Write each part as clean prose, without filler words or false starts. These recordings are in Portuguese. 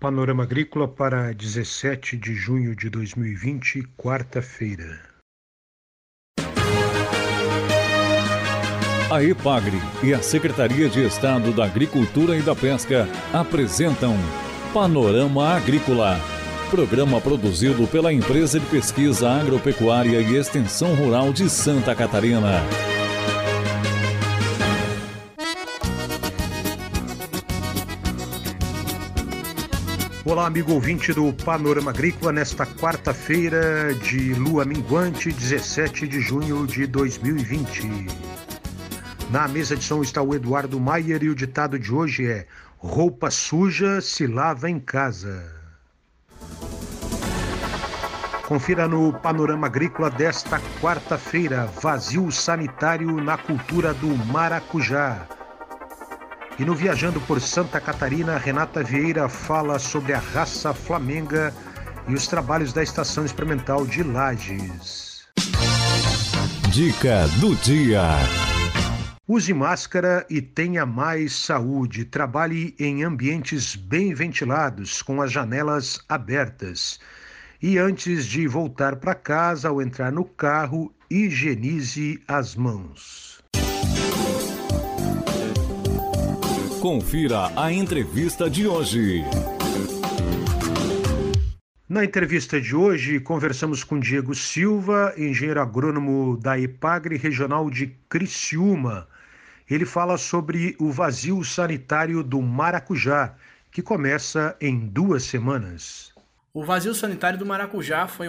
Panorama Agrícola para 17 de junho de 2020, quarta-feira. A EPAGRE e a Secretaria de Estado da Agricultura e da Pesca apresentam Panorama Agrícola, programa produzido pela Empresa de Pesquisa Agropecuária e Extensão Rural de Santa Catarina. Olá, amigo ouvinte do Panorama Agrícola, nesta quarta-feira de lua minguante, 17 de junho de 2020. Na mesa de som está o Eduardo Maier e o ditado de hoje é: roupa suja se lava em casa. Confira no Panorama Agrícola desta quarta-feira: vazio sanitário na cultura do maracujá. E no Viajando por Santa Catarina, Renata Vieira fala sobre a raça flamenga e os trabalhos da Estação Experimental de Lages. Dica do dia. Use máscara e tenha mais saúde. Trabalhe em ambientes bem ventilados, com as janelas abertas. E antes de voltar para casa, ao entrar no carro, higienize as mãos. Confira a entrevista de hoje. Na entrevista de hoje, conversamos com Diego Silva, engenheiro agrônomo da EPAGRE Regional de Criciúma. Ele fala sobre o vazio sanitário do maracujá, que começa em 2 semanas. O vazio sanitário do maracujá foi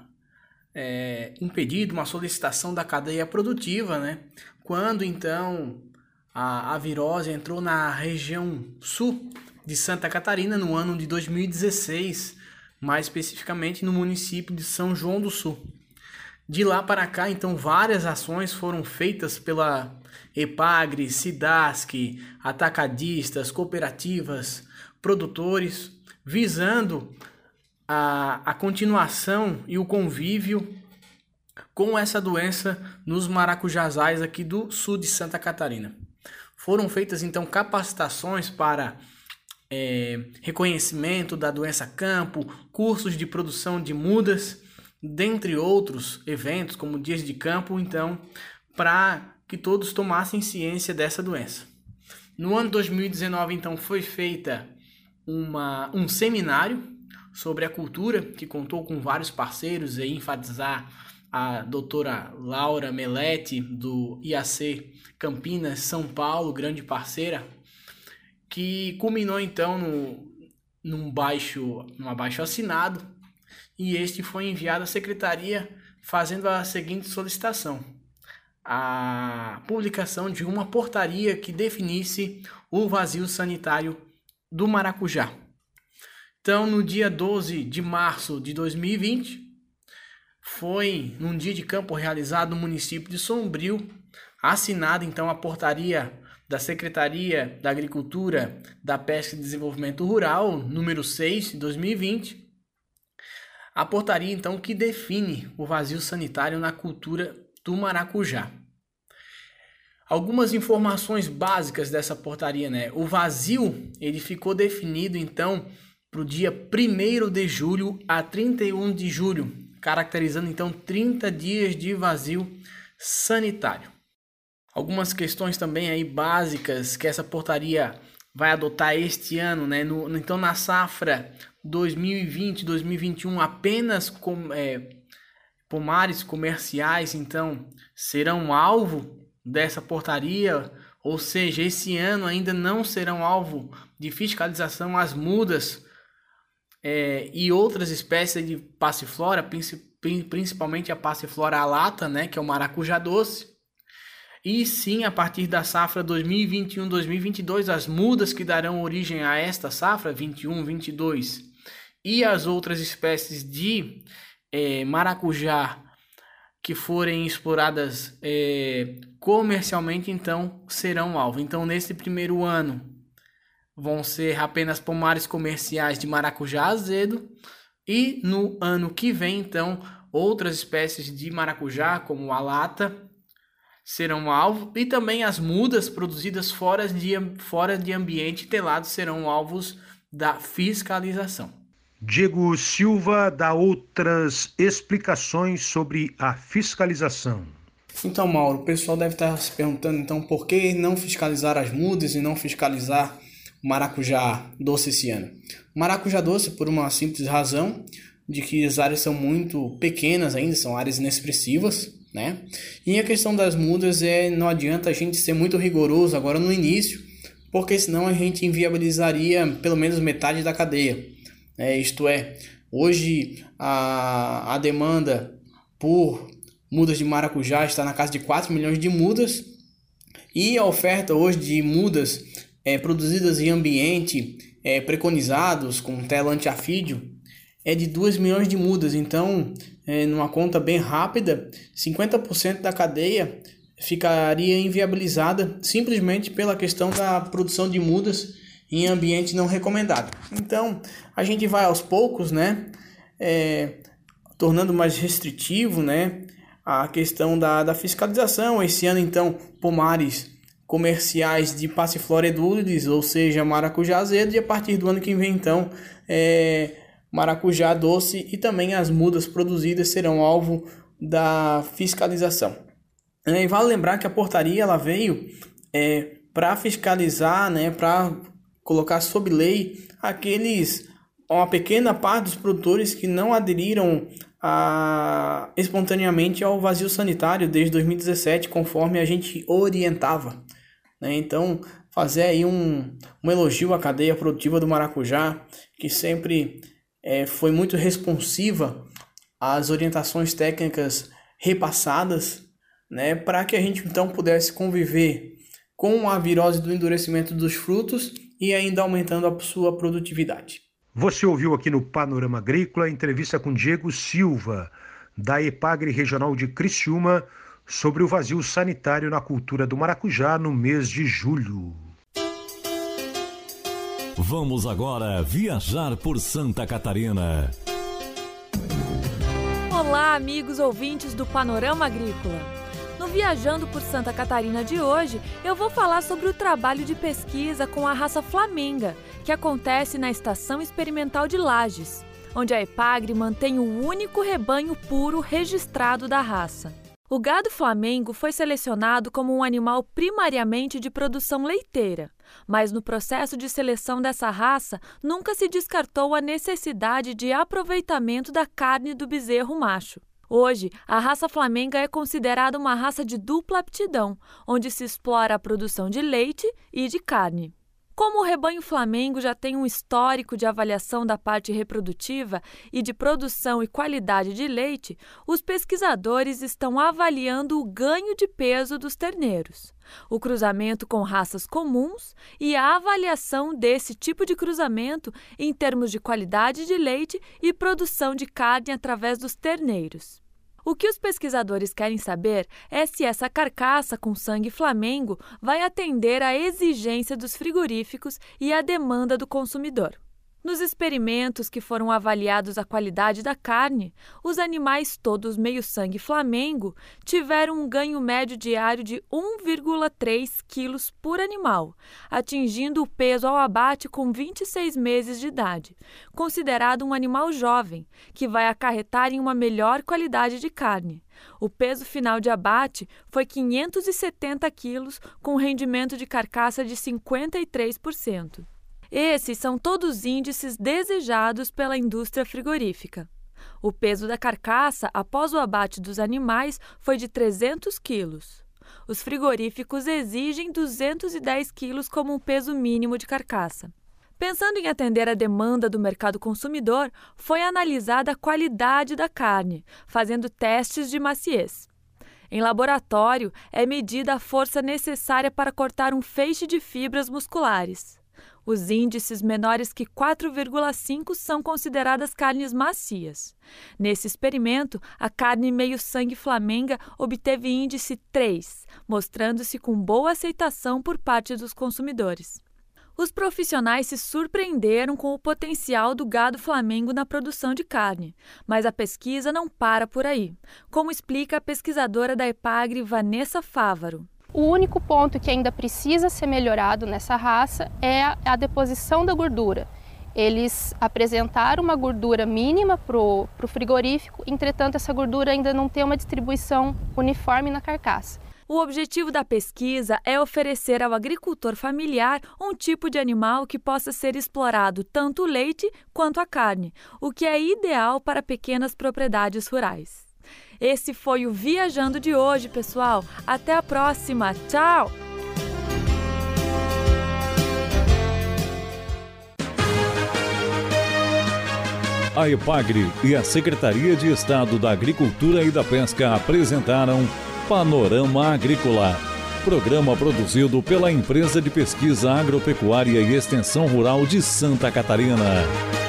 um pedido, uma solicitação da cadeia produtiva, né? Quando então a virose entrou na região sul de Santa Catarina no ano de 2016, mais especificamente no município de São João do Sul. De lá para cá, então, várias ações foram feitas pela EPAGRE, SIDASC, atacadistas, cooperativas, produtores, visando a continuação e o convívio com essa doença nos maracujazais aqui do sul de Santa Catarina. Foram feitas, então, capacitações para reconhecimento da doença campo, cursos de produção de mudas, dentre outros eventos, como dias de campo, então, para que todos tomassem ciência dessa doença. No ano 2019, então, foi feita um seminário sobre a cultura, que contou com vários parceiros, e enfatizar a doutora Laura Melete, do IAC Campinas, São Paulo, grande parceira, que culminou então num abaixo assinado, e este foi enviado à secretaria fazendo a seguinte solicitação: a publicação de uma portaria que definisse o vazio sanitário do maracujá. Então, no dia 12 de março de 2020, foi num dia de campo realizado no município de Sombrio, assinada então a portaria da Secretaria da Agricultura, da Pesca e Desenvolvimento Rural, número 6, de 2020. A portaria então que define o vazio sanitário na cultura do maracujá. Algumas informações básicas dessa portaria, né? O vazio, ele ficou definido então para o dia 1º de julho a 31 de julho, caracterizando então 30 dias de vazio sanitário. Algumas questões também aí básicas que essa portaria vai adotar este ano, né? Então, na safra 2020-2021, apenas pomares comerciais então serão alvo dessa portaria, ou seja, esse ano ainda não serão alvo de fiscalização as mudas e outras espécies de passiflora, principalmente a passiflora alata, né, que é o maracujá doce. E sim, a partir da safra 2021-2022, as mudas que darão origem a esta safra 21-22 e as outras espécies de maracujá que forem exploradas comercialmente, então serão alvo. Então, nesse primeiro ano, vão ser apenas pomares comerciais de maracujá azedo, e no ano que vem, então, outras espécies de maracujá, como a lata, serão alvo, e também as mudas produzidas fora de ambiente telado serão alvos da fiscalização. Diego Silva dá outras explicações sobre a fiscalização. Então, Mauro, o pessoal deve estar se perguntando, então, por que não fiscalizar as mudas e não fiscalizar o maracujá doce esse ano? O maracujá doce, por uma simples razão, de que as áreas são muito pequenas ainda, são áreas inexpressivas, né? E a questão das mudas não adianta a gente ser muito rigoroso agora no início, porque senão a gente inviabilizaria pelo menos metade da cadeia. Isto é, hoje a demanda por mudas de maracujá está na casa de 4 milhões de mudas, e a oferta hoje de mudas produzidas em ambiente preconizados com tela anti-afídio é de 2 milhões de mudas. Então, numa conta bem rápida, 50% da cadeia ficaria inviabilizada simplesmente pela questão da produção de mudas em ambiente não recomendado. Então, a gente vai aos poucos, tornando mais restritivo, a questão da fiscalização. Esse ano, então, pomares comerciais de passiflora edulis, ou seja, maracujá azedo, e a partir do ano que vem, então, maracujá doce, e também as mudas produzidas serão alvo da fiscalização. E vale lembrar que a portaria ela veio para fiscalizar, para colocar sob lei uma pequena parte dos produtores que não aderiram espontaneamente ao vazio sanitário desde 2017, conforme a gente orientava. Então, fazer aí um elogio à cadeia produtiva do maracujá, que sempre foi muito responsiva às orientações técnicas repassadas, para que a gente então pudesse conviver com a virose do endurecimento dos frutos e ainda aumentando a sua produtividade. Você ouviu aqui no Panorama Agrícola a entrevista com Diego Silva, da EPAGRE Regional de Criciúma, sobre o vazio sanitário na cultura do maracujá no mês de julho. Vamos agora viajar por Santa Catarina. Olá, amigos ouvintes do Panorama Agrícola. No Viajando por Santa Catarina de hoje, eu vou falar sobre o trabalho de pesquisa com a raça flamenga, que acontece na Estação Experimental de Lages, onde a EPAGRE mantém o único rebanho puro registrado da raça. O gado flamengo foi selecionado como um animal primariamente de produção leiteira, mas no processo de seleção dessa raça nunca se descartou a necessidade de aproveitamento da carne do bezerro macho. Hoje, a raça flamenga é considerada uma raça de dupla aptidão, onde se explora a produção de leite e de carne. Como o rebanho flamengo já tem um histórico de avaliação da parte reprodutiva e de produção e qualidade de leite, os pesquisadores estão avaliando o ganho de peso dos terneiros, o cruzamento com raças comuns e a avaliação desse tipo de cruzamento em termos de qualidade de leite e produção de carne através dos terneiros. O que os pesquisadores querem saber é se essa carcaça com sangue flamengo vai atender à exigência dos frigoríficos e à demanda do consumidor. Nos experimentos que foram avaliados a qualidade da carne, os animais todos meio-sangue flamengo tiveram um ganho médio diário de 1,3 quilos por animal, atingindo o peso ao abate com 26 meses de idade, considerado um animal jovem, que vai acarretar em uma melhor qualidade de carne. O peso final de abate foi 570 quilos, com rendimento de carcaça de 53%. Esses são todos índices desejados pela indústria frigorífica. O peso da carcaça após o abate dos animais foi de 300 quilos. Os frigoríficos exigem 210 quilos como um peso mínimo de carcaça. Pensando em atender a demanda do mercado consumidor, foi analisada a qualidade da carne, fazendo testes de maciez. Em laboratório, é medida a força necessária para cortar um feixe de fibras musculares. Os índices menores que 4,5 são consideradas carnes macias. Nesse experimento, a carne meio-sangue flamenga obteve índice 3, mostrando-se com boa aceitação por parte dos consumidores. Os profissionais se surpreenderam com o potencial do gado flamengo na produção de carne, mas a pesquisa não para por aí, como explica a pesquisadora da EPAGRE, Vanessa Fávaro. O único ponto que ainda precisa ser melhorado nessa raça é a deposição da gordura. eles apresentaram uma gordura mínima para o frigorífico, entretanto essa gordura ainda não tem uma distribuição uniforme na carcaça. O objetivo da pesquisa é oferecer ao agricultor familiar um tipo de animal que possa ser explorado tanto o leite quanto a carne, o que é ideal para pequenas propriedades rurais. Esse foi o Viajando de hoje, pessoal. Até a próxima. Tchau! A EPAGRE e a Secretaria de Estado da Agricultura e da Pesca apresentaram Panorama Agrícola, programa produzido pela Empresa de Pesquisa Agropecuária e Extensão Rural de Santa Catarina.